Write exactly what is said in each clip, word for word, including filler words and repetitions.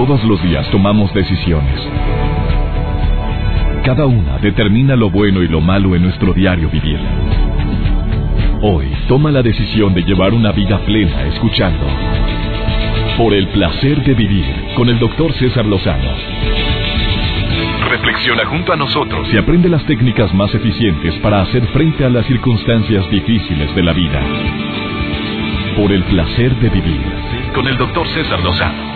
Todos los días tomamos decisiones. Cada una determina lo bueno y lo malo en nuestro diario vivir. Hoy, toma la decisión de llevar una vida plena escuchando Por el placer de vivir con el doctor César Lozano. Reflexiona junto a nosotros y aprende las técnicas más eficientes para hacer frente a las circunstancias difíciles de la vida. Por el placer de vivir con el doctor César Lozano.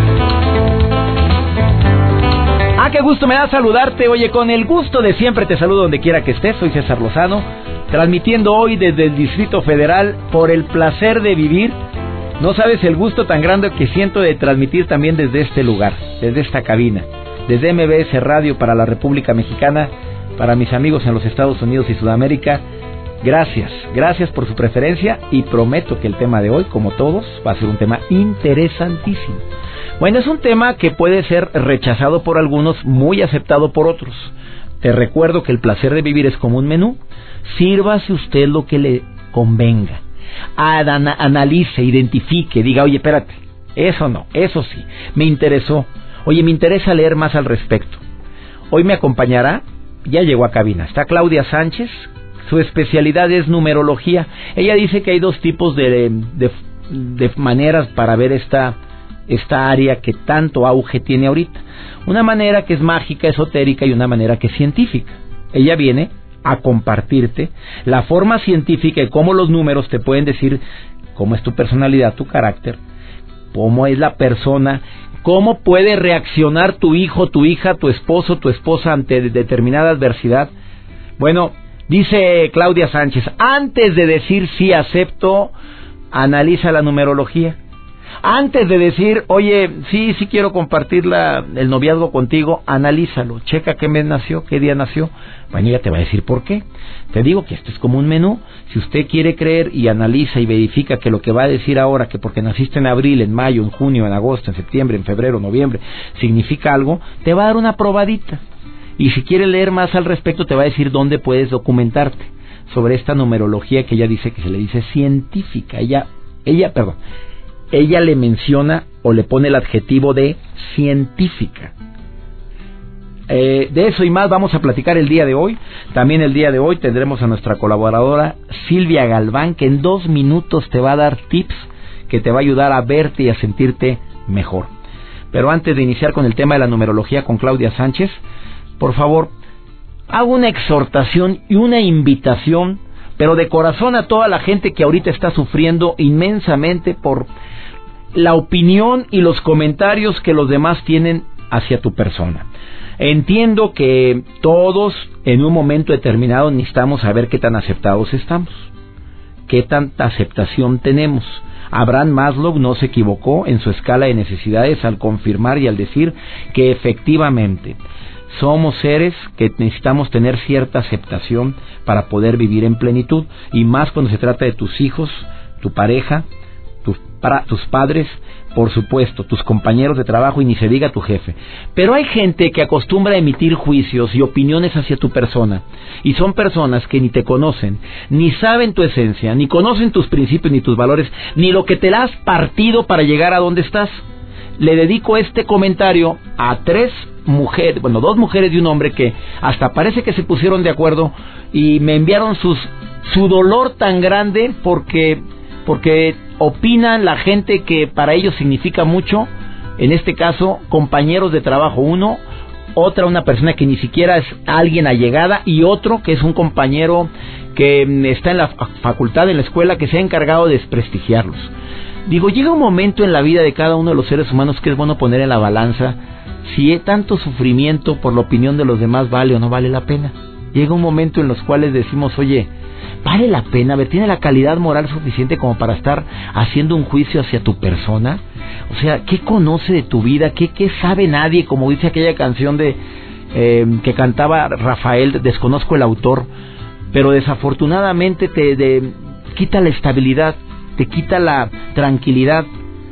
Ah, qué gusto me da saludarte. Oye, con el gusto de siempre te saludo donde quiera que estés. Soy César Lozano, transmitiendo hoy desde el Distrito Federal por el placer de vivir. No sabes el gusto tan grande que siento de transmitir también desde este lugar, desde esta cabina, desde M B S Radio para la República Mexicana, para mis amigos en los Estados Unidos y Sudamérica. Gracias, gracias por su preferencia y prometo que el tema de hoy, como todos, va a ser un tema interesantísimo. Bueno, es un tema que puede ser rechazado por algunos, muy aceptado por otros. Te recuerdo que el placer de vivir es como un menú. Sírvase usted lo que le convenga. Ana- analice, identifique, diga, oye, espérate, eso no, eso sí, me interesó. Oye, me interesa leer más al respecto. Hoy me acompañará, ya llegó a cabina, está Claudia Sánchez. Su especialidad es numerología. Ella dice que hay dos tipos de, de, de maneras para ver esta, esta área que tanto auge tiene ahorita. Una manera que es mágica, esotérica, y una manera que es científica. Ella viene a compartirte la forma científica y cómo los números te pueden decir cómo es tu personalidad, tu carácter, cómo es la persona, cómo puede reaccionar tu hijo, tu hija, tu esposo, tu esposa ante determinada adversidad. Bueno, dice Claudia Sánchez, antes de decir sí acepto, analiza la numerología. Antes de decir, oye, sí, sí quiero compartir la, el noviazgo contigo, analízalo, checa qué mes nació, qué día nació. Bueno, ella te va a decir por qué. Te digo que esto es como un menú. Si usted quiere creer y analiza y verifica que lo que va a decir ahora, que porque naciste en abril, en mayo, en junio, en agosto, en septiembre, en febrero, noviembre, significa algo, te va a dar una probadita. Y si quiere leer más al respecto, te va a decir dónde puedes documentarte sobre esta numerología que ella dice que se le dice científica. Ella, ella, perdón, ella le menciona o le pone el adjetivo de científica. Eh, de eso y más vamos a platicar el día de hoy. También el día de hoy tendremos a nuestra colaboradora Silvia Galván, que en dos minutos te va a dar tips que te va a ayudar a verte y a sentirte mejor. Pero antes de iniciar con el tema de la numerología con Claudia Sánchez, por favor, hago una exhortación y una invitación, pero de corazón, a toda la gente que ahorita está sufriendo inmensamente por la opinión y los comentarios que los demás tienen hacia tu persona. Entiendo que todos en un momento determinado necesitamos saber qué tan aceptados estamos, qué tanta aceptación tenemos. Abraham Maslow no se equivocó en su escala de necesidades al confirmar y al decir que efectivamente somos seres que necesitamos tener cierta aceptación para poder vivir en plenitud, y más cuando se trata de tus hijos, tu pareja, tus, para, tus padres, por supuesto, tus compañeros de trabajo y ni se diga tu jefe. Pero hay gente que acostumbra a emitir juicios y opiniones hacia tu persona, y son personas que ni te conocen, ni saben tu esencia, ni conocen tus principios ni tus valores, ni lo que te has partido para llegar a donde estás. Le dedico este comentario a tres mujeres, bueno, dos mujeres y un hombre que hasta parece que se pusieron de acuerdo y me enviaron sus su dolor tan grande porque porque opinan la gente que para ellos significa mucho. En este caso, compañeros de trabajo, uno, otra una persona que ni siquiera es alguien allegada, y otro que es un compañero que está en la facultad, en la escuela, que se ha encargado de desprestigiarlos. Digo, llega un momento en la vida de cada uno de los seres humanos que es bueno poner en la balanza si tanto sufrimiento por la opinión de los demás vale o no vale la pena. Llega un momento en los cuales decimos, oye, ¿vale la pena? A ver, ¿tiene la calidad moral suficiente como para estar haciendo un juicio hacia tu persona? O sea, ¿qué conoce de tu vida? ¿Qué, qué sabe nadie? Como dice aquella canción de eh, que cantaba Rafael, desconozco el autor, pero desafortunadamente te de, quita la estabilidad, te quita la tranquilidad.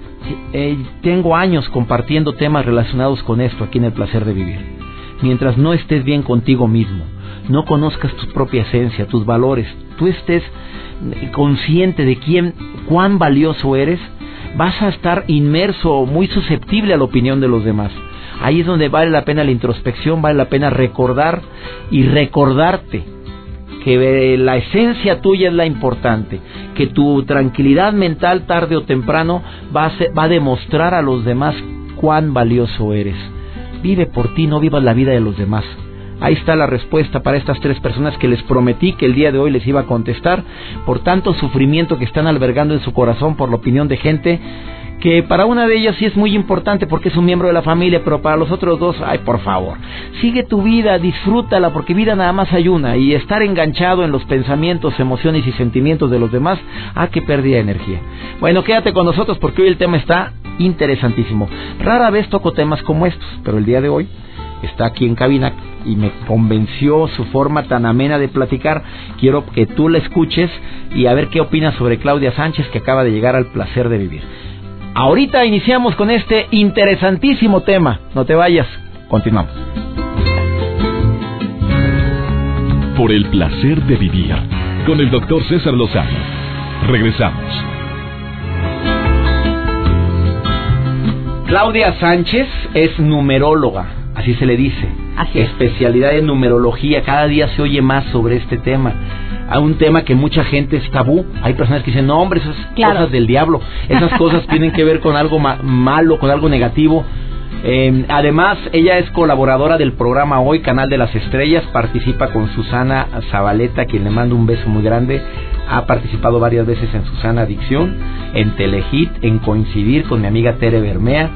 Eh, tengo años compartiendo temas relacionados con esto aquí en El Placer de Vivir. Mientras no estés bien contigo mismo, no conozcas tu propia esencia, tus valores, tú estés consciente de quién, cuán valioso eres, vas a estar inmerso, muy susceptible a la opinión de los demás. Ahí es donde vale la pena la introspección, vale la pena recordar y recordarte que la esencia tuya es la importante, que tu tranquilidad mental tarde o temprano va a, ser, va a demostrar a los demás cuán valioso eres. Vive por ti, no vivas la vida de los demás. Ahí está la respuesta para estas tres personas que les prometí que el día de hoy les iba a contestar, por tanto sufrimiento que están albergando en su corazón por la opinión de gente que para una de ellas sí es muy importante porque es un miembro de la familia, pero para los otros dos, ay, por favor, sigue tu vida, disfrútala, porque vida nada más hay una, y estar enganchado en los pensamientos, emociones y sentimientos de los demás, ah, qué pérdida de energía. Bueno, quédate con nosotros porque hoy el tema está interesantísimo. Rara vez toco temas como estos, pero el día de hoy está aquí en cabina y me convenció su forma tan amena de platicar. Quiero que tú la escuches y a ver qué opinas sobre Claudia Sánchez, que acaba de llegar al placer de vivir. Ahorita iniciamos con este interesantísimo tema. No te vayas, continuamos. Por el placer de vivir, con el doctor César Lozano. Regresamos. Claudia Sánchez es numeróloga, así se le dice. Así es. Especialidad en numerología. Cada día se oye más sobre este tema. Hay un tema que mucha gente es tabú. Hay personas que dicen, no hombre, esas claro. cosas del diablo. Esas cosas tienen que ver con algo ma- malo, con algo negativo. Eh, además, ella es colaboradora del programa Hoy, Canal de las Estrellas. Participa con Susana Zabaleta, quien le mando un beso muy grande. Ha participado varias veces en Susana Adicción, en Telehit, en Coincidir con mi amiga Tere Bermea,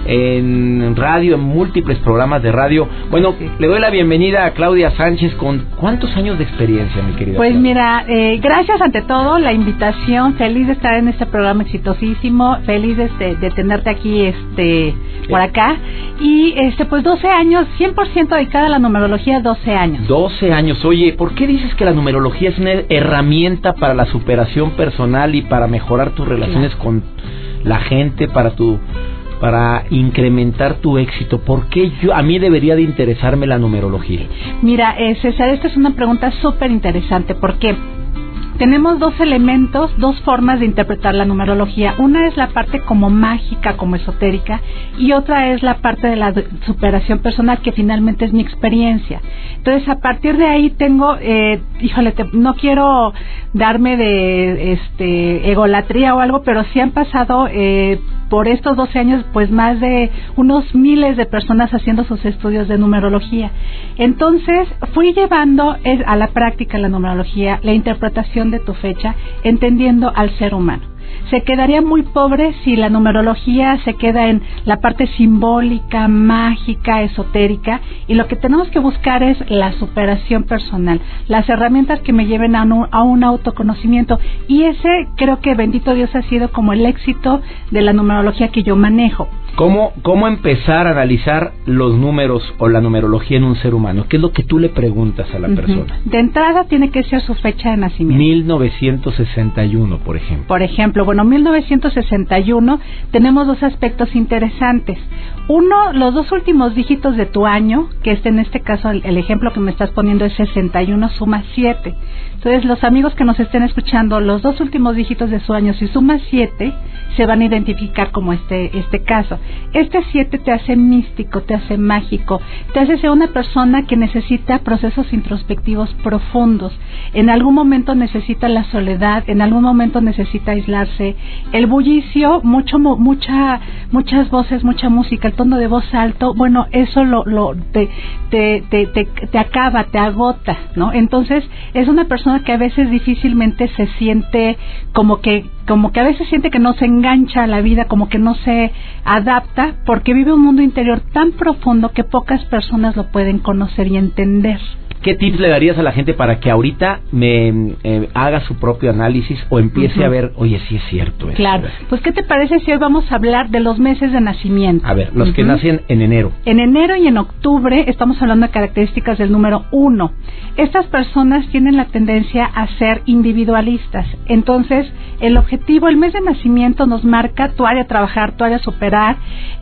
en radio, en múltiples programas de radio. Bueno, le doy la bienvenida a Claudia Sánchez. ¿Con cuántos años de experiencia, mi querida? Pues Claudia? mira, eh, gracias ante todo la invitación, feliz de estar en este programa exitosísimo, feliz de, este, de tenerte aquí este por acá, y este pues doce años, cien por ciento dedicada a la numerología, doce años. doce años. Oye, ¿por qué dices que la numerología es una herramienta para la superación personal y para mejorar tus relaciones claro. con la gente, para tu para incrementar tu éxito? ¿Por qué yo, a mí debería de interesarme la numerología? Mira, eh, César, esta es una pregunta súper interesante. ¿Por qué? Tenemos dos elementos, dos formas de interpretar la numerología. Una es la parte como mágica, como esotérica, y otra es la parte de la superación personal, que finalmente es mi experiencia. Entonces, a partir de ahí tengo, eh, híjole, te, no quiero darme de este egolatría o algo, pero sí han pasado eh, por estos doce años, pues más de unos miles de personas haciendo sus estudios de numerología. Entonces, fui llevando a la práctica la numerología, la interpretación de tu fecha, entendiendo al ser humano. Se quedaría muy pobre si la numerología se queda en la parte simbólica, mágica, esotérica, y lo que tenemos que buscar es la superación personal, las herramientas que me lleven a un, a un autoconocimiento, y ese creo que, bendito Dios, ha sido como el éxito de la numerología que yo manejo. ¿Cómo, ¿Cómo empezar a analizar los números o la numerología en un ser humano? ¿Qué es lo que tú le preguntas a la uh-huh. persona? De entrada tiene que ser su fecha de nacimiento. mil novecientos sesenta y uno, por ejemplo. Por ejemplo, bueno, mil novecientos sesenta y uno tenemos dos aspectos interesantes. Uno, los dos últimos dígitos de tu año, que es en este caso el, el ejemplo que me estás poniendo es sesenta y uno, suma siete. Entonces, los amigos que nos estén escuchando, los dos últimos dígitos de su año, si sumas siete, se van a identificar como este este caso. Este siete te hace místico, te hace mágico, te hace ser una persona que necesita procesos introspectivos profundos. En algún momento necesita la soledad, en algún momento necesita aislarse. El bullicio, mucho mucha muchas voces, mucha música, el tono de voz alto, bueno, eso lo lo te te te te, te acaba, te agota, ¿no? Entonces, es una persona que a veces difícilmente se siente como que como que a veces siente que no se engancha a la vida, como que no se adapta, porque vive un mundo interior tan profundo que pocas personas lo pueden conocer y entender. ¿Qué tips le darías a la gente para que ahorita me eh, haga su propio análisis o empiece uh-huh. a ver, oye, sí es cierto eso? Claro, pues ¿qué te parece si hoy vamos a hablar de los meses de nacimiento? A ver, los uh-huh. que nacen en enero. En enero y en octubre estamos hablando de características del número uno. Estas personas tienen la tendencia a ser individualistas. Entonces, el objetivo, el mes de nacimiento nos marca tu área a trabajar, tu área a superar,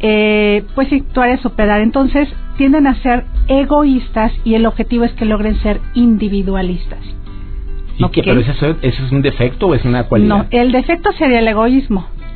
eh, pues sí, tu área a superar. Entonces, tienden a ser egoístas y el objetivo es que logren ser individualistas. ¿Y okay. qué? ¿Pero eso, eso es un defecto o es una cualidad? No, el defecto sería el egoísmo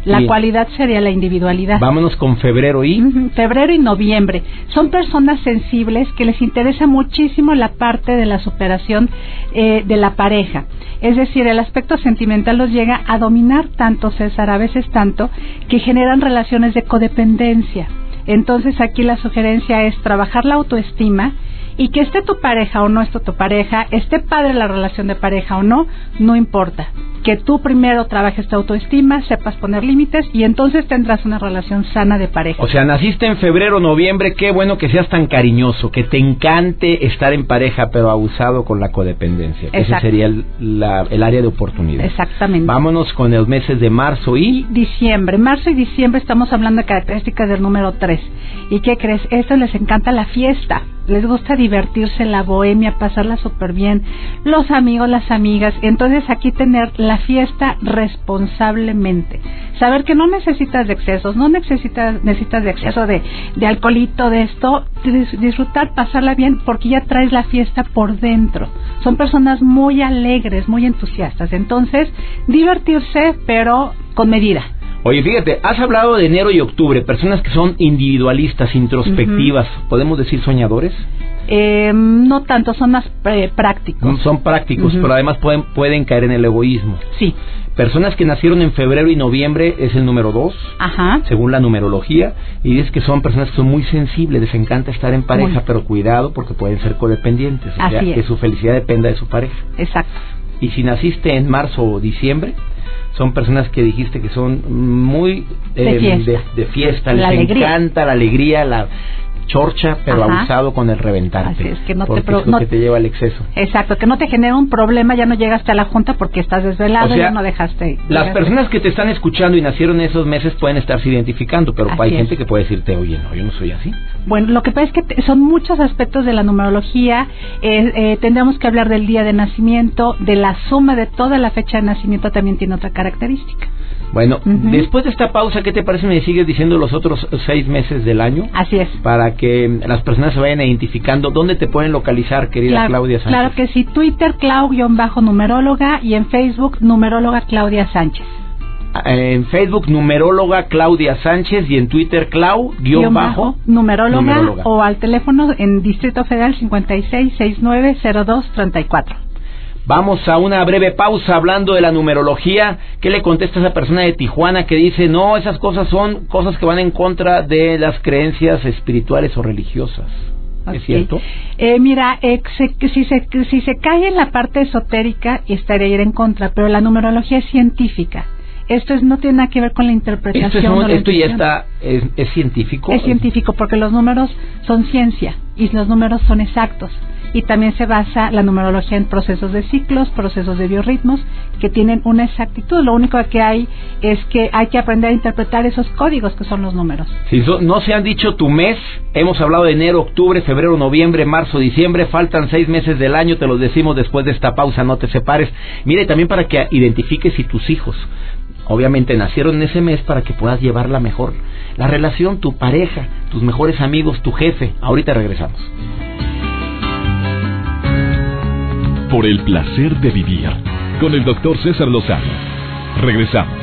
La Bien. cualidad sería la individualidad. Vámonos con febrero y... Uh-huh. Febrero y noviembre. Son personas sensibles que les interesa muchísimo la parte de la superación eh, de la pareja. Es decir, el aspecto sentimental los llega a dominar tanto, César, a veces tanto, que generan relaciones de codependencia. Entonces aquí la sugerencia es trabajar la autoestima y que esté tu pareja o no esté tu pareja, esté padre la relación de pareja o no, no importa. Que tú primero trabajes tu autoestima, sepas poner límites y entonces tendrás una relación sana de pareja. O sea, naciste en febrero, noviembre, qué bueno que seas tan cariñoso, que te encante estar en pareja, pero abusado con la codependencia. Exacto. Ese sería el, la, el área de oportunidad. Exactamente. Vámonos con los meses de marzo y... Diciembre. Marzo y diciembre estamos hablando de características del número tres. ¿Y qué crees? Eso les encanta la fiesta. Les gusta divertirse, la bohemia, pasarla súper bien, los amigos, las amigas. Entonces aquí tener la fiesta responsablemente. Saber que no necesitas de excesos, no necesitas necesitas de exceso de, de alcoholito, de esto. Disfrutar, pasarla bien, porque ya traes la fiesta por dentro. Son personas muy alegres, muy entusiastas. Entonces, divertirse, pero con medida. Oye, fíjate, has hablado de enero y octubre, personas que son individualistas, introspectivas, uh-huh. ¿podemos decir soñadores? Eh, no tanto, son más eh, prácticos. Son prácticos, uh-huh. pero además pueden, pueden caer en el egoísmo. Sí. Personas que nacieron en febrero y noviembre es el número dos, Ajá. según la numerología, y es que son personas que son muy sensibles, les encanta estar en pareja, muy. Pero cuidado porque pueden ser codependientes, o Así sea, es. que su felicidad dependa de su pareja. Exacto. Y si naciste en marzo o diciembre, son personas que dijiste que son muy eh, de fiesta, de, de fiesta. La les alegría. encanta la alegría, la chorcha, pero Ajá. abusado con el reventarte. Así es, que no porque te pro, es lo no, que te lleva al exceso. Exacto, que no te genera un problema, ya no llegaste a la junta porque estás desvelado, o sea, ya no dejaste. Las llegaste. personas que te están escuchando y nacieron en esos meses pueden estarse identificando, pero así hay es. gente que puede decirte, oye, no, yo no soy así. Bueno, lo que pasa es que te, son muchos aspectos de la numerología. Eh, eh, tendremos que hablar del día de nacimiento, de la suma de toda la fecha de nacimiento también tiene otra característica. Bueno, uh-huh. después de esta pausa, ¿qué te parece? Me sigues diciendo los otros seis meses del año. Así es. Para que las personas se vayan identificando. ¿Dónde te pueden localizar, querida claro, Claudia Sánchez? Claro que sí, Twitter, Clau-numeróloga y en Facebook, numeróloga Claudia Sánchez. En Facebook, numeróloga Claudia Sánchez y en Twitter, Clau-numeróloga numeróloga o al teléfono en Distrito Federal cincuenta y seis sesenta y nueve cero dos treinta y cuatro. Vamos a una breve pausa hablando de la numerología. ¿Qué le contesta a esa persona de Tijuana que dice, no, esas cosas son cosas que van en contra de las creencias espirituales o religiosas? Okay. ¿Es cierto? Eh, mira, eh, se, si, se, si se cae en la parte esotérica, estaría ir en contra, pero la numerología es científica. Esto es, no tiene nada que ver con la interpretación. Esto, es un, o la esto ya está, es, es científico. Es científico porque los números son ciencia y los números son exactos. Y también se basa la numerología en procesos de ciclos, procesos de biorritmos, que tienen una exactitud. Lo único que hay es que hay que aprender a interpretar esos códigos que son los números. Si so, no se han dicho tu mes, hemos hablado de enero, octubre, febrero, noviembre, marzo, diciembre, faltan seis meses del año, te los decimos después de esta pausa, no te separes. Mire, también para que identifiques si tus hijos, obviamente nacieron en ese mes para que puedas llevarla mejor. La relación, tu pareja, tus mejores amigos, tu jefe. Ahorita regresamos. Por el placer de vivir, con el doctor César Lozano. Regresamos.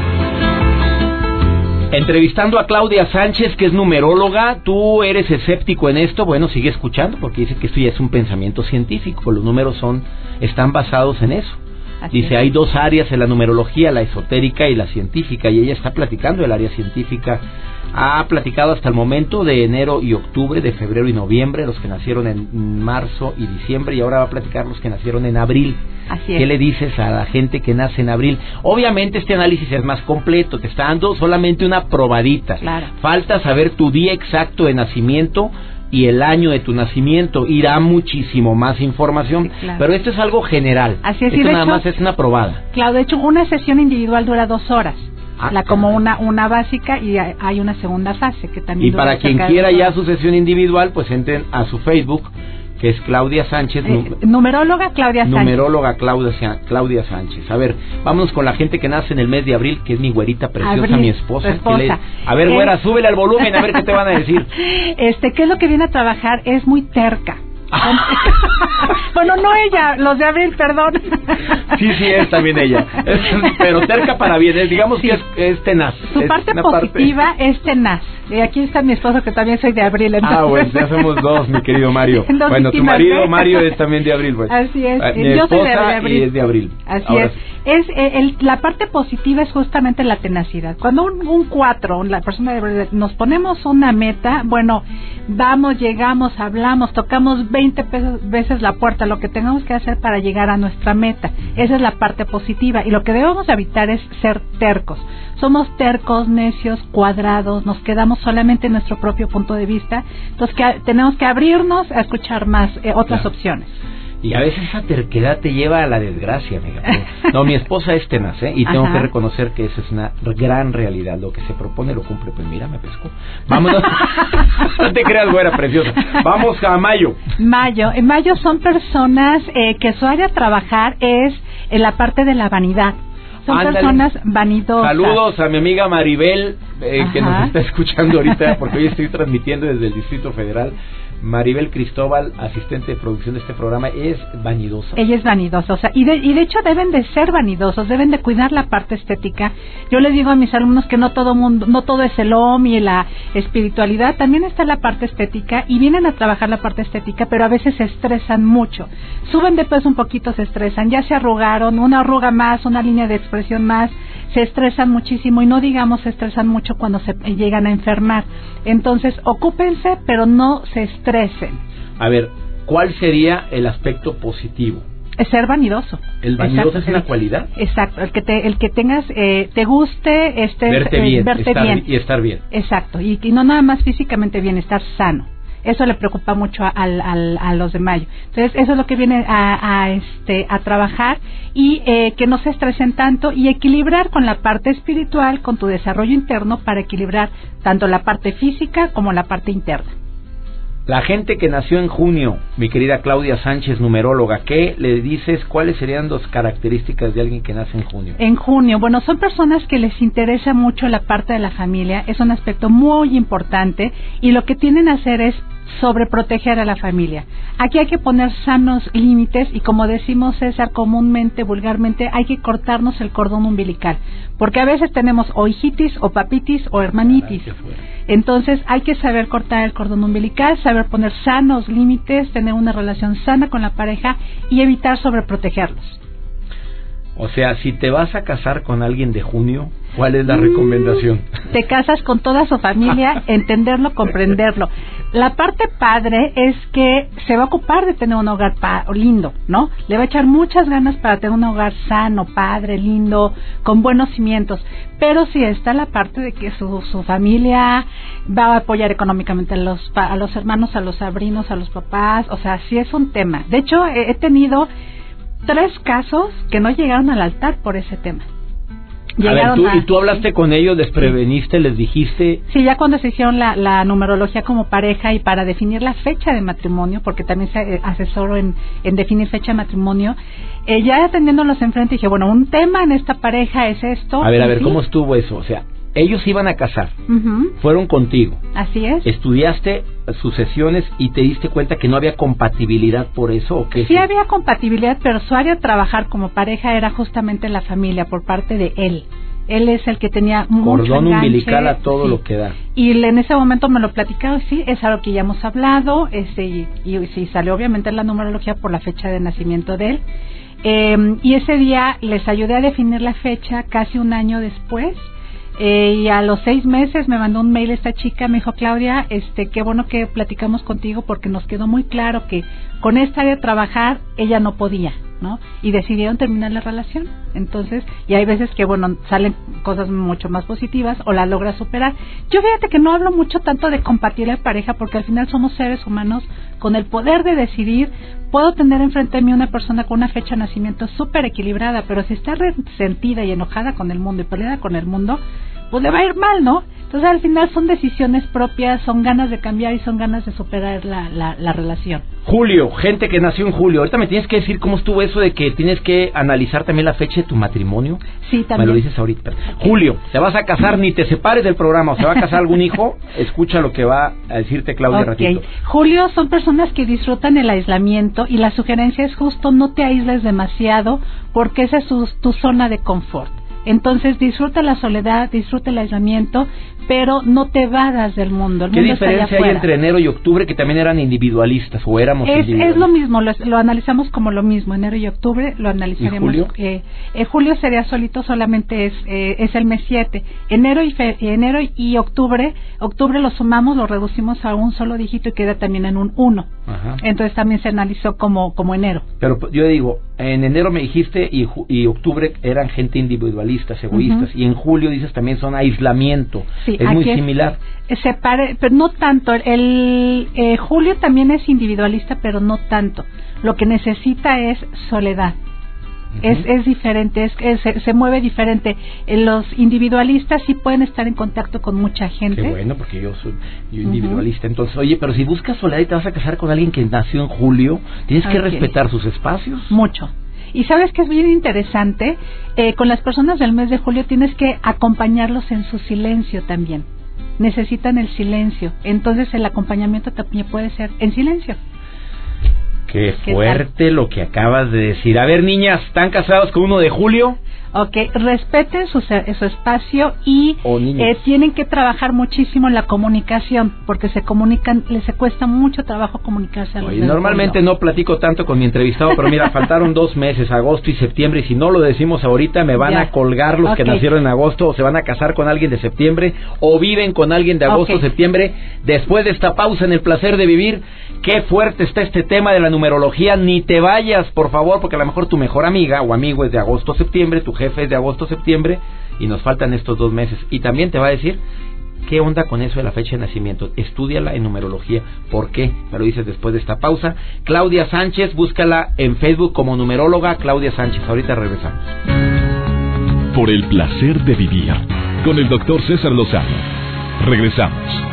Entrevistando a Claudia Sánchez, que es numeróloga. ¿Tú eres escéptico en esto? Bueno, sigue escuchando, porque dice que esto ya es un pensamiento científico. Los números son están basados en eso. Así dice, es. Hay dos áreas en la numerología, la esotérica y la científica, y ella está platicando del área científica. Ha platicado hasta el momento de enero y octubre, de febrero y noviembre, los que nacieron en marzo y diciembre, y ahora va a platicar los que nacieron en abril. Así es. ¿Qué le dices a la gente que nace en abril? Obviamente este análisis es más completo, te está dando solamente una probadita. Claro. Falta saber tu día exacto de nacimiento y el año de tu nacimiento, irá muchísimo más información, sí, claro. Pero esto es algo general. Así es. Esto nada hecho, más es una probada. Claro, de hecho una sesión individual dura dos horas. Ah, la como una una básica y hay una segunda fase que también. Y para quien quiera ya su sesión individual, pues entren a su Facebook, que es Claudia Sánchez. Eh, numeróloga Claudia Sánchez. Numeróloga Claudia, Claudia Sánchez. A ver, vámonos con la gente que nace en el mes de abril, que es mi güerita preciosa, Abril, mi esposa. esposa. Que le, a ver, güera, súbele al volumen, a ver qué te van a decir. Este, ¿qué es lo que viene a trabajar? Es muy terca. Bueno, no ella, los de abril, perdón. Sí, sí, es también ella. Es, pero terca para bien, es, digamos sí. que es, es tenaz. Su es parte positiva parte... es tenaz. Y aquí está mi esposo, que también soy de abril. Entonces... Ah, bueno, ya somos dos, mi querido Mario. Bueno, tu marido, Mario, es también de abril. Pues. Así es. Mi Yo esposa soy de, de abril. Y es de abril. Así Ahora es. Sí. es eh, el, la parte positiva es justamente la tenacidad. Cuando un, un cuatro, la persona de abril, nos ponemos una meta, bueno, vamos, llegamos, hablamos, tocamos veinte veces la puerta, lo que tengamos que hacer para llegar a nuestra meta. Esa es la parte positiva. Y lo que debemos evitar es ser tercos. Somos tercos, necios, cuadrados, nos quedamos solamente en nuestro propio punto de vista. Entonces que, tenemos que abrirnos a escuchar más eh, otras claro. opciones. Y a veces esa terquedad te lleva a la desgracia, amiga. No, mi esposa es tenaz, ¿eh? Y tengo Ajá. que reconocer que esa es una gran realidad. Lo que se propone lo cumple. Pues mira, me pescó. Vámonos. No te creas, güera preciosa. Vamos a Mayo. Mayo. En Mayo son personas eh, que su área a trabajar es en la parte de la vanidad. Son Ándale. personas vanidosas. Saludos a mi amiga Maribel, eh, que nos está escuchando ahorita, porque hoy estoy transmitiendo desde el Distrito Federal. Maribel Cristóbal, asistente de producción de este programa, es vanidosa. Ella es vanidosa, o sea, y de, y de hecho deben de ser vanidosos, deben de cuidar la parte estética. Yo les digo a mis alumnos que no todo mundo, no todo es el O M y la espiritualidad, también está la parte estética y vienen a trabajar la parte estética, pero a veces se estresan mucho. Suben de peso un poquito, se estresan, ya se arrugaron, una arruga más, una línea de expresión más, se estresan muchísimo y no digamos se estresan mucho cuando se llegan a enfermar. Entonces, ocúpense, pero no se estresen. A ver, ¿cuál sería el aspecto positivo? Es ser vanidoso. ¿El vanidoso Exacto. es una cualidad? Exacto, el que te, el que tengas, eh, te guste, este, verte eh, bien, verte estar, bien. Y estar bien. Exacto, y, y no nada más físicamente bien, estar sano. Eso le preocupa mucho a, a, a, a los de Mayo. Entonces, eso es lo que viene a, a, este, a trabajar y eh, que no se estresen tanto y equilibrar con la parte espiritual, con tu desarrollo interno para equilibrar tanto la parte física como la parte interna. La gente que nació en junio, mi querida Claudia Sánchez, numeróloga, ¿qué le dices? ¿Cuáles serían las características de alguien que nace en junio? En junio, bueno, son personas que les interesa mucho la parte de la familia, es un aspecto muy importante y lo que tienden a hacer es sobreproteger a la familia. Aquí hay que poner sanos límites y como decimos César comúnmente, vulgarmente, hay que cortarnos el cordón umbilical, porque a veces tenemos o hijitis o papitis o hermanitis. Entonces hay que saber cortar el cordón umbilical, saber poner sanos límites, tener una relación sana con la pareja y evitar sobreprotegerlos. O sea, si te vas a casar con alguien de junio, ¿cuál es la mm, recomendación? Te casas con toda su familia, entenderlo, comprenderlo. La parte padre es que se va a ocupar de tener un hogar pa- lindo, ¿no? Le va a echar muchas ganas para tener un hogar sano, padre, lindo, con buenos cimientos. Pero sí está la parte de que su, su familia va a apoyar económicamente a los, a los hermanos, a los sobrinos, a los papás. O sea, sí es un tema. De hecho, he, he tenido tres casos que no llegaron al altar por ese tema. Llegaron a ver, tú, a, ¿y tú hablaste sí. con ellos, les preveniste, les dijiste? Sí, ya cuando se hicieron la, la numerología como pareja y para definir la fecha de matrimonio, porque también se asesoro en, en definir fecha de matrimonio, eh, ya atendiéndolos enfrente dije, bueno, un tema en esta pareja es esto. A ver, a ver, sí. ¿cómo estuvo eso? O sea, ellos iban a casar, uh-huh. fueron contigo. Así es. ¿Estudiaste sus sesiones y te diste cuenta que no había compatibilidad por eso o qué? Sí había compatibilidad, pero su área de trabajar como pareja era justamente la familia por parte de él. Él es el que tenía mucho cordón enganche, umbilical a todo sí. lo que da. Y en ese momento me lo platicaba, sí, es algo que ya hemos hablado, este, y, y sí, salió obviamente la numerología por la fecha de nacimiento de él. Eh, y ese día les ayudé a definir la fecha casi un año después. Eh, y a los seis meses me mandó un mail esta chica, me dijo, Claudia, este, qué bueno que platicamos contigo porque nos quedó muy claro que con esta área de trabajar ella no podía, ¿no? Y decidieron terminar la relación. Entonces, y hay veces que, bueno, salen cosas mucho más positivas o la logra superar. Yo fíjate que no hablo mucho tanto de compatibilidad de pareja porque al final somos seres humanos con el poder de decidir. Puedo tener enfrente de mí una persona con una fecha de nacimiento súper equilibrada, pero si está resentida y enojada con el mundo y peleada con el mundo, pues le va a ir mal, ¿no? Entonces al final son decisiones propias, son ganas de cambiar y son ganas de superar la, la, la relación. Julio, gente que nació en julio. Ahorita me tienes que decir cómo estuvo eso de que tienes que analizar también la fecha de tu matrimonio. Sí, también. Me lo dices ahorita. Okay. Julio, te vas a casar, ni te separes del programa. O se va a casar algún hijo, escucha lo que va a decirte Claudia okay. ratito. Julio son personas que disfrutan el aislamiento y la sugerencia es justo no te aísles demasiado porque esa es tu, tu zona de confort. Entonces disfruta la soledad, disfruta el aislamiento, pero no te vadas del mundo. El ¿Qué mundo diferencia hay entre enero y octubre que también eran individualistas o éramos es, individualistas? Es lo mismo, lo, lo analizamos como lo mismo, enero y octubre lo analizaríamos. ¿Y julio? Eh, eh, julio sería solito, solamente es eh, es el mes siete. Enero y fe, enero y octubre, octubre lo sumamos, lo reducimos a un solo dígito y queda también en un uno. Ajá. Entonces también se analizó como como enero. Pero yo digo, en enero me dijiste y, y octubre eran gente individualista, egoístas, uh-huh. y en julio dices también son aislamiento. Sí, es muy similar. Es, se pare, pero no tanto. El eh, julio también es individualista, pero no tanto. Lo que necesita es soledad. Uh-huh. Es es diferente, es, es se, se mueve diferente. Los individualistas sí pueden estar en contacto con mucha gente. Qué bueno, porque yo soy yo individualista. Uh-huh. Entonces, oye, pero si buscas soledad y te vas a casar con alguien que nació en julio, tienes okay. que respetar sus espacios. Mucho. Y sabes que es bien interesante, eh, con las personas del mes de julio tienes que acompañarlos en su silencio también. Necesitan el silencio, entonces el acompañamiento también puede ser en silencio. Qué fuerte lo que acabas de decir. A ver, niñas, ¿están casadas con uno de julio? Ok, respeten su, su espacio y oh, eh, tienen que trabajar muchísimo en la comunicación, porque se comunican, les cuesta mucho trabajo comunicarse a los Oye, normalmente julio. No platico tanto con mi entrevistado, pero mira, faltaron dos meses, agosto y septiembre, y si no lo decimos ahorita me van ya. a colgar los okay. que nacieron en agosto, o se van a casar con alguien de septiembre, o viven con alguien de agosto o okay. septiembre. Después de esta pausa en el placer de vivir, qué fuerte está este tema de la numerología. Ni te vayas, por favor, porque a lo mejor tu mejor amiga o amigo es de agosto o septiembre, tu jefe es de agosto o septiembre, y nos faltan estos dos meses. Y también te va a decir qué onda con eso de la fecha de nacimiento. Estúdiala en numerología. ¿Por qué? Me lo dices después de esta pausa. Claudia Sánchez, búscala en Facebook como numeróloga Claudia Sánchez. Ahorita regresamos. Por el placer de vivir, con el doctor César Lozano. Regresamos.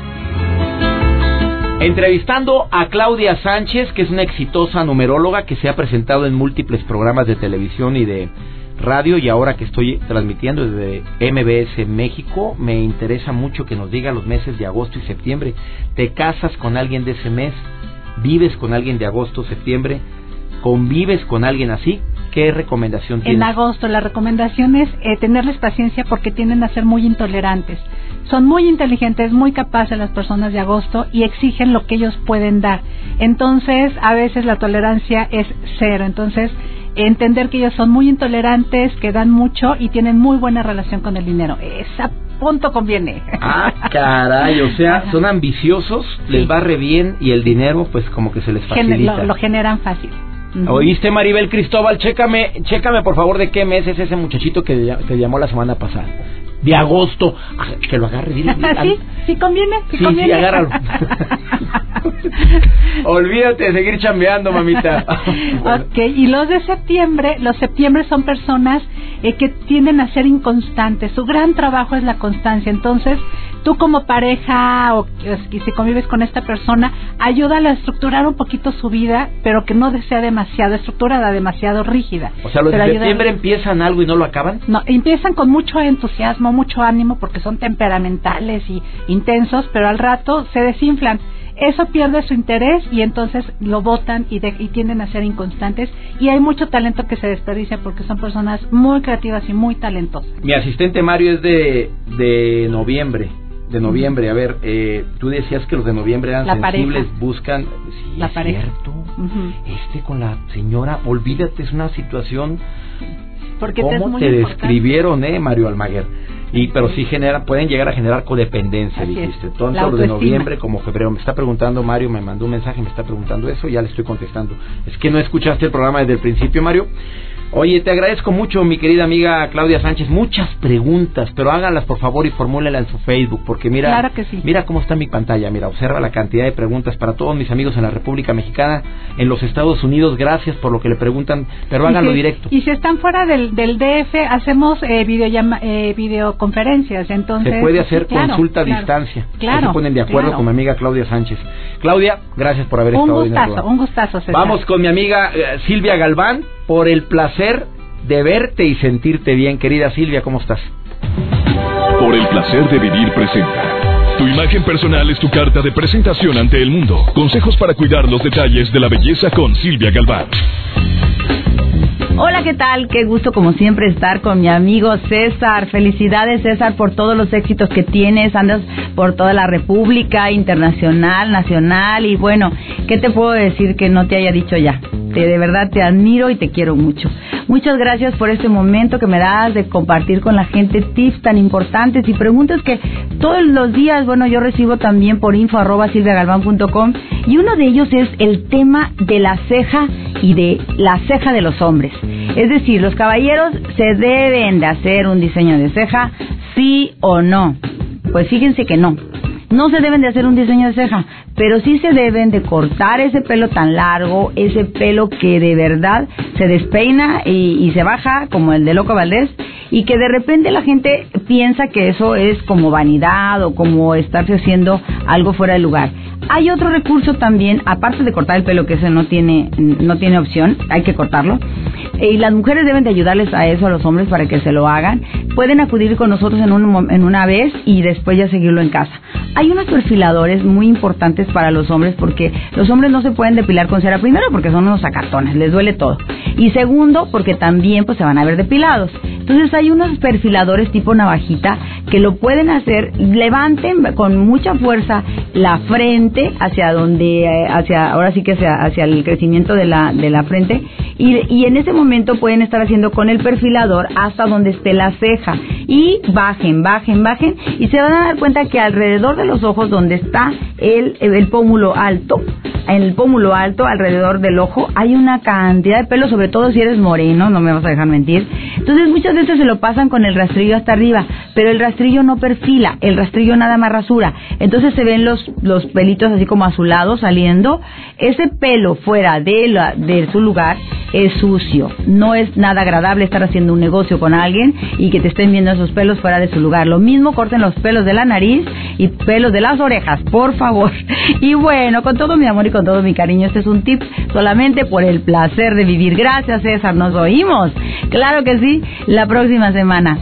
Entrevistando a Claudia Sánchez, que es una exitosa numeróloga que se ha presentado en múltiples programas de televisión y de radio, y ahora que estoy transmitiendo desde M B S México, me interesa mucho que nos diga los meses de agosto y septiembre. ¿Te casas con alguien de ese mes? ¿Vives con alguien de agosto o septiembre? ¿Convives con alguien así? ¿Qué recomendación tienes? En agosto la recomendación es eh, tenerles paciencia, porque tienden a ser muy intolerantes. Son muy inteligentes, muy capaces las personas de agosto y exigen lo que ellos pueden dar. Entonces, a veces la tolerancia es cero. Entonces, entender que ellos son muy intolerantes, que dan mucho y tienen muy buena relación con el dinero. Esa punto conviene. Ah, caray, o sea, son ambiciosos, sí. les va re bien y el dinero pues como que se les facilita. Gen- lo, lo generan fácil. Uh-huh. ¿Oíste, Maribel Cristóbal? Chécame, chécame por favor de qué mes es ese muchachito que te llamó la semana pasada. De agosto. Que lo agarre, dile. Sí, sí conviene, sí, sí conviene. Sí, agárralo. Olvídate de seguir chambeando, mamita. Ok, y los de septiembre, los septiembre son personas eh, que tienden a ser inconstantes. Su gran trabajo es la constancia. Entonces, tú como pareja o y si convives con esta persona, ayúdala a estructurar un poquito su vida, pero que no sea demasiado estructurada, demasiado rígida. O sea, los de septiembre empiezan algo y no lo acaban. No, empiezan con mucho entusiasmo, mucho ánimo, porque son temperamentales y intensos, pero al rato se desinflan. Eso pierde su interés y entonces lo botan y, de, y tienden a ser inconstantes, y hay mucho talento que se desperdicia porque son personas muy creativas y muy talentosas. Mi asistente Mario es de, de noviembre. De noviembre, a ver, eh, tú decías que los de noviembre eran la sensibles, pareja. Buscan... Sí, la es pareja. Cierto. Uh-huh. Este con la señora, olvídate, es una situación... Porque ¿Cómo te, te describieron, eh, Mario Almaguer? Y pero sí genera, pueden llegar a generar codependencia, así dijiste. Tanto los de noviembre como febrero. Me está preguntando Mario, me mandó un mensaje, me está preguntando eso, ya le estoy contestando. Es que no escuchaste el programa desde el principio, Mario. Oye, te agradezco mucho, mi querida amiga Claudia Sánchez. Muchas preguntas, pero háganlas por favor y formúlenlas en su Facebook, porque mira, claro que sí. Mira cómo está mi pantalla. Mira, observa la cantidad de preguntas para todos mis amigos en la República Mexicana, en los Estados Unidos. Gracias por lo que le preguntan, pero háganlo y si, directo. Y si están fuera del, del D F, hacemos eh, videollama, eh, video videoconferencias, entonces... Se puede hacer sí, claro, consulta a claro, distancia. Claro, se ponen de acuerdo claro. con mi amiga Claudia Sánchez. Claudia, gracias por haber un estado hoy en el gustazo, programa. un gustazo, César. Vamos con mi amiga eh, Silvia Galván, por el placer de verte y sentirte bien. Querida Silvia, ¿cómo estás? Por el placer de vivir presenta. Tu imagen personal es tu carta de presentación ante el mundo. Consejos para cuidar los detalles de la belleza con Silvia Galván. Hola, ¿qué tal? Qué gusto como siempre estar con mi amigo César. Felicidades, César, por todos los éxitos que tienes. Andas por toda la República, internacional, nacional. Y bueno, ¿qué te puedo decir que no te haya dicho ya? Te, de verdad te admiro y te quiero mucho. Muchas gracias por este momento que me das de compartir con la gente tips tan importantes y preguntas que todos los días, bueno, yo recibo también por info arroba silvia galván punto com, y uno de ellos es el tema de la ceja y de la ceja de los hombres. Es decir, los caballeros se deben de hacer un diseño de ceja, ¿sí o no? Pues fíjense que no. No se deben de hacer un diseño de ceja, pero sí se deben de cortar ese pelo tan largo, ese pelo que de verdad se despeina y, y se baja como el de Loco Valdés, y que de repente la gente piensa que eso es como vanidad o como estarse haciendo algo fuera de lugar. Hay otro recurso también, aparte de cortar el pelo, que ese no tiene no tiene opción, hay que cortarlo. Y las mujeres deben de ayudarles a eso a los hombres para que se lo hagan. Pueden acudir con nosotros en, un, en una vez y después ya seguirlo en casa. Hay unos perfiladores muy importantes para los hombres porque los hombres no se pueden depilar con cera, primero porque son unos sacatones, les duele todo. Y segundo, porque también pues se van a ver depilados. Entonces hay unos perfiladores tipo navajita que lo pueden hacer, levanten con mucha fuerza la frente hacia donde, hacia ahora sí que hacia, hacia el crecimiento de la, de la frente, y, y en ese momento pueden estar haciendo con el perfilador hasta donde esté la ceja, y bajen, bajen, bajen, y se van a dar cuenta que alrededor de los ojos, donde está el, el pómulo alto, en el pómulo alto, alrededor del ojo, hay una cantidad de pelo, sobre todo si eres moreno, no me vas a dejar mentir. Entonces muchas veces se lo pasan con el rastrillo hasta arriba, pero el rastrillo no perfila, el rastrillo nada más rasura. Entonces se ven los, los pelitos así como azulados saliendo. Ese pelo fuera de, la, de su lugar es sucio. No es nada agradable estar haciendo un negocio con alguien y que te estén viendo esos pelos fuera de su lugar. Lo mismo, corten los pelos de la nariz y pelos de las orejas, por favor. Y bueno, con todo mi amor y con todo mi cariño, este es un tip solamente por el placer de vivir. Gracias, César, nos oímos. Claro que sí, la próxima semana.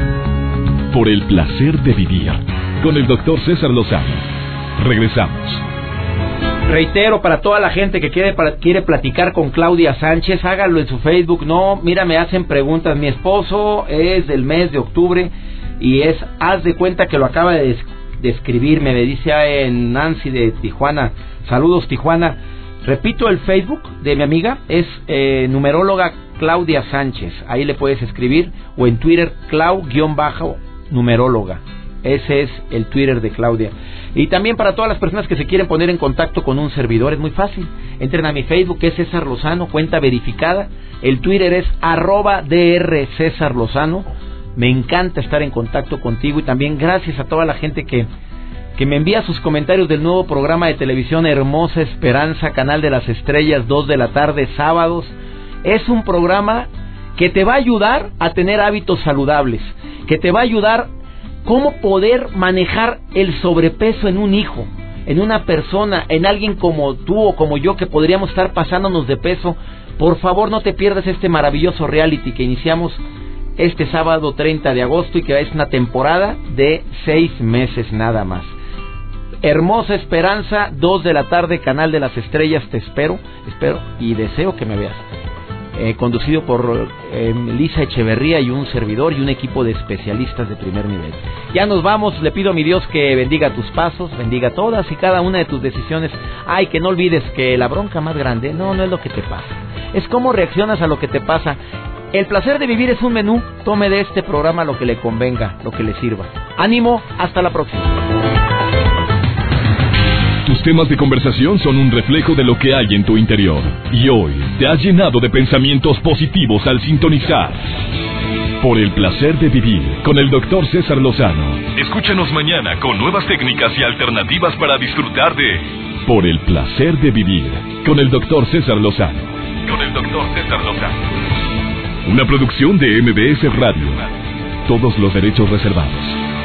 Por el placer de vivir, con el doctor César Lozano. Regresamos. Reitero, para toda la gente que quiere, para, quiere platicar con Claudia Sánchez, hágalo en su Facebook. No, mira, me hacen preguntas. Mi esposo es del mes de octubre y es, haz de cuenta que lo acaba de, de escribir, me dice en Nancy de Tijuana. Saludos, Tijuana. Repito, el Facebook de mi amiga es eh, numeróloga Claudia Sánchez. Ahí le puedes escribir, o en Twitter, Clau-numeróloga. Ese es el Twitter de Claudia. Y también para todas las personas que se quieren poner en contacto con un servidor, es muy fácil. Entren a mi Facebook, que es César Lozano, cuenta verificada. El Twitter es arroba dr César Lozano. Me encanta estar en contacto contigo, y también gracias a toda la gente que, que me envía sus comentarios del nuevo programa de televisión Hermosa Esperanza, Canal de las Estrellas, dos de la tarde, sábados. Es un programa que te va a ayudar a tener hábitos saludables, que te va a ayudar cómo poder manejar el sobrepeso en un hijo, en una persona, en alguien como tú o como yo que podríamos estar pasándonos de peso. Por favor, no te pierdas este maravilloso reality que iniciamos este sábado treinta de agosto y que es una temporada de seis meses nada más. Hermosa Esperanza, dos de la tarde, Canal de las Estrellas. Te espero, espero y deseo que me veas. Eh, conducido por eh, Lisa Echeverría y un servidor y un equipo de especialistas de primer nivel. Ya nos vamos. Le pido a mi Dios que bendiga tus pasos, bendiga todas y cada una de tus decisiones. Ay, que no olvides que la bronca más grande no, no es lo que te pasa, es cómo reaccionas a lo que te pasa. El placer de vivir es un menú. Tome de este programa lo que le convenga, lo que le sirva. Ánimo, hasta la próxima. Tus temas de conversación son un reflejo de lo que hay en tu interior. Y hoy te has llenado de pensamientos positivos al sintonizar Por el placer de vivir con el doctor César Lozano. Escúchanos mañana con nuevas técnicas y alternativas para disfrutar de Por el placer de vivir con el doctor César Lozano. Con el doctor César Lozano. Una producción de M B S Radio. Todos los derechos reservados.